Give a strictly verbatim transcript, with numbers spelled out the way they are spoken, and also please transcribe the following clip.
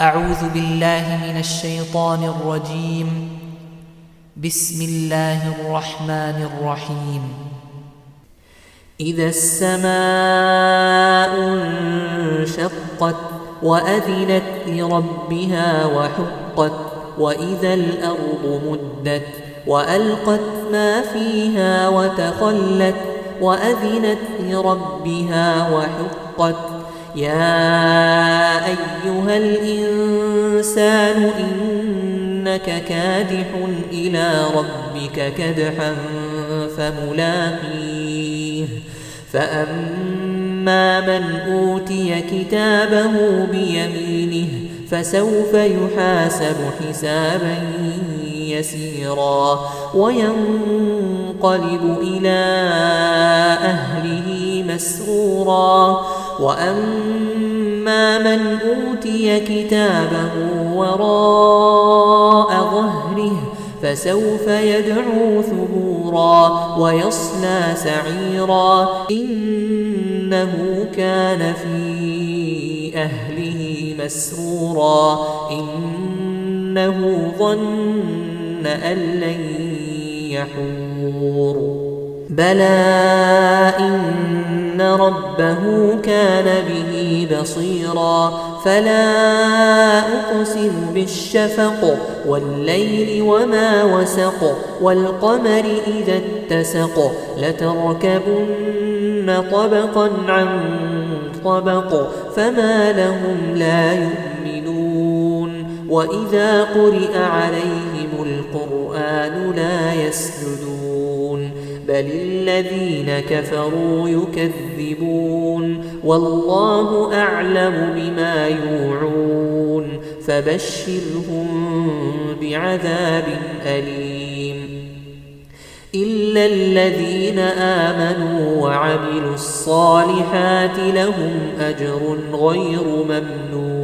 أعوذ بالله من الشيطان الرجيم. بسم الله الرحمن الرحيم. إذا السماء انشقت وأذنت لربها وحقت وإذا الأرض مدت وألقت ما فيها وتخلت وأذنت لربها وحقت يا أيها الإنسان إنك كادح إلى ربك كدحا فملاقيه فأما من أوتي كتابه بيمينه فسوف يحاسب حسابا يسيرا وينقلب إلى أهله مسرورا وأما من أوتي كتابه وراء ظهره فسوف يدعو ثبورا ويصلى سعيرا إنه كان في أهله مسرورا إنه ظن أن لن يحور بلى إن ربه كان به بصيرا فلا أقسم بالشفق والليل وما وسق والقمر إذا اتسق لتركبن طبقا عن طبق فما لهم لا يؤمنون وإذا قرئ عليهم القرآن لا يسجدون بل الذين كفروا يكذبون والله أعلم بما يوعون فبشرهم بعذاب أليم إلا الذين آمنوا وعملوا الصالحات لهم أجر غير ممنون